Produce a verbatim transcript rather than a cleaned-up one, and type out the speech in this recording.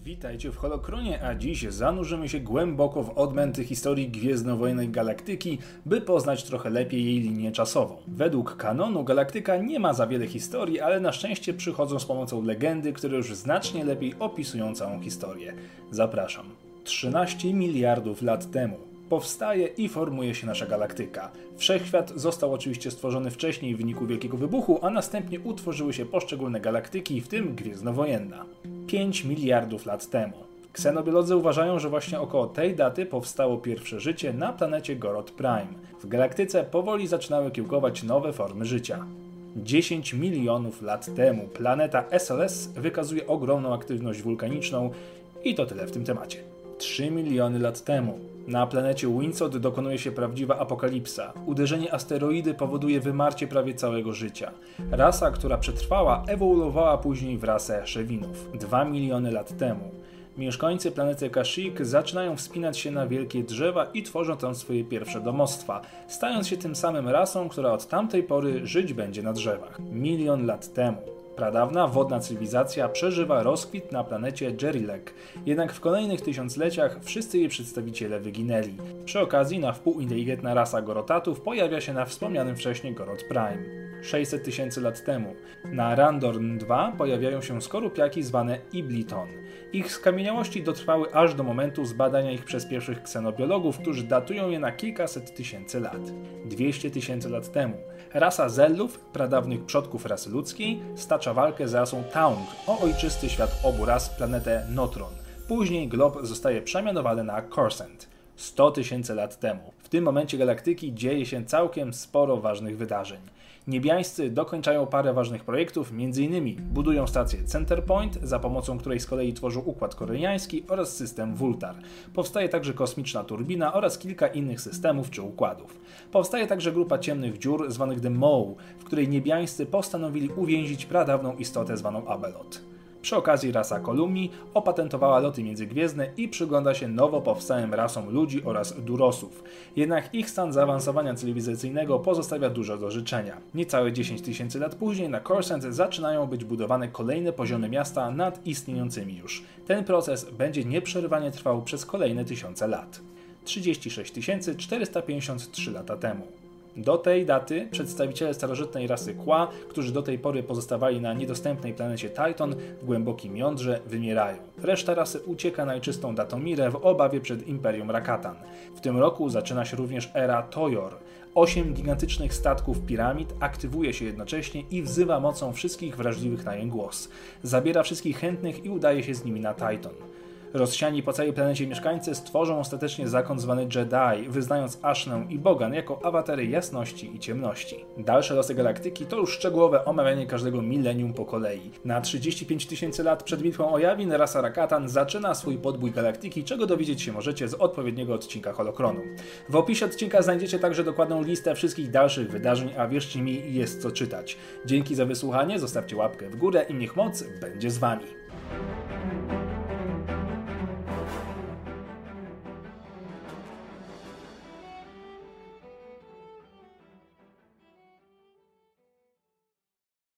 Witajcie w Holokronie, a dziś zanurzymy się głęboko w odmęty historii gwiezdnowojennej galaktyki, by poznać trochę lepiej jej linię czasową. Według kanonu galaktyka nie ma za wiele historii, ale na szczęście przychodzą z pomocą legendy, które już znacznie lepiej opisują całą historię. Zapraszam. trzynaście miliardów lat temu powstaje i formuje się nasza galaktyka. Wszechświat został oczywiście stworzony wcześniej w wyniku Wielkiego Wybuchu, a następnie utworzyły się poszczególne galaktyki, w tym gwiezdnowojenna. pięć miliardów lat temu. Ksenobiolodzy uważają, że właśnie około tej daty powstało pierwsze życie na planecie Gorod Prime. W galaktyce powoli zaczynały kiełkować nowe formy życia. dziesięć milionów lat temu planeta S L S wykazuje ogromną aktywność wulkaniczną i to tyle w tym temacie. trzy miliony lat temu na planecie Winsod dokonuje się prawdziwa apokalipsa. Uderzenie asteroidy powoduje wymarcie prawie całego życia. Rasa, która przetrwała, ewoluowała później w rasę Szewinów. dwa miliony lat temu mieszkańcy planety Kashyyyk zaczynają wspinać się na wielkie drzewa i tworzą tam swoje pierwsze domostwa, stając się tym samym rasą, która od tamtej pory żyć będzie na drzewach. Milion lat temu pradawna wodna cywilizacja przeżywa rozkwit na planecie Jerilek, jednak w kolejnych tysiącleciach wszyscy jej przedstawiciele wyginęli. Przy okazji na wpół inteligentna rasa Gorotatów pojawia się na wspomnianym wcześniej Gorod Prime. sześćset tysięcy lat temu na Randorn dwa pojawiają się skorupiaki zwane Ibliton. Ich skamieniałości dotrwały aż do momentu zbadania ich przez pierwszych ksenobiologów, którzy datują je na kilkaset tysięcy lat. dwieście tysięcy lat temu rasa Zellów, pradawnych przodków rasy ludzkiej, stacza walkę z rasą Taung o ojczysty świat obu ras, planetę Notron. Później glob zostaje przemianowany na Coruscant. sto tysięcy lat temu. W tym momencie galaktyki dzieje się całkiem sporo ważnych wydarzeń. Niebiańscy dokończają parę ważnych projektów, między innymi budują stację Centerpoint, za pomocą której z kolei tworzą układ koreański oraz system Vultar. Powstaje także kosmiczna turbina oraz kilka innych systemów czy układów. Powstaje także grupa ciemnych dziur zwanych The Maw, w której niebiańscy postanowili uwięzić pradawną istotę zwaną Abelot. Przy okazji rasa Kolumni opatentowała loty międzygwiezdne i przygląda się nowo powstałym rasom ludzi oraz Durosów. Jednak ich stan zaawansowania cywilizacyjnego pozostawia dużo do życzenia. Niecałe dziesięć tysięcy lat później na Coruscant zaczynają być budowane kolejne poziomy miasta nad istniejącymi już. Ten proces będzie nieprzerwanie trwał przez kolejne tysiące lat. trzydzieści sześć tysięcy czterysta pięćdziesiąt trzy lata temu. Do tej daty przedstawiciele starożytnej rasy Kwa, którzy do tej pory pozostawali na niedostępnej planecie Titan w głębokim jądrze, wymierają. Reszta rasy ucieka na czystą Datomirę w obawie przed Imperium Rakatan. W tym roku zaczyna się również era Tojor. Osiem gigantycznych statków piramid aktywuje się jednocześnie i wzywa mocą wszystkich wrażliwych na jej głos. Zabiera wszystkich chętnych i udaje się z nimi na Titan. Rozsiani po całej planecie mieszkańcy stworzą ostatecznie zakon zwany Jedi, wyznając Ashnę i Bogan jako awatary jasności i ciemności. Dalsze losy galaktyki to już szczegółowe omawianie każdego milenium po kolei. Na trzydzieści pięć tysięcy lat przed bitwą o Yavin rasa Rakatan zaczyna swój podbój galaktyki, czego dowiedzieć się możecie z odpowiedniego odcinka Holokronu. W opisie odcinka znajdziecie także dokładną listę wszystkich dalszych wydarzeń, a wierzcie mi, jest co czytać. Dzięki za wysłuchanie, zostawcie łapkę w górę i niech moc będzie z wami.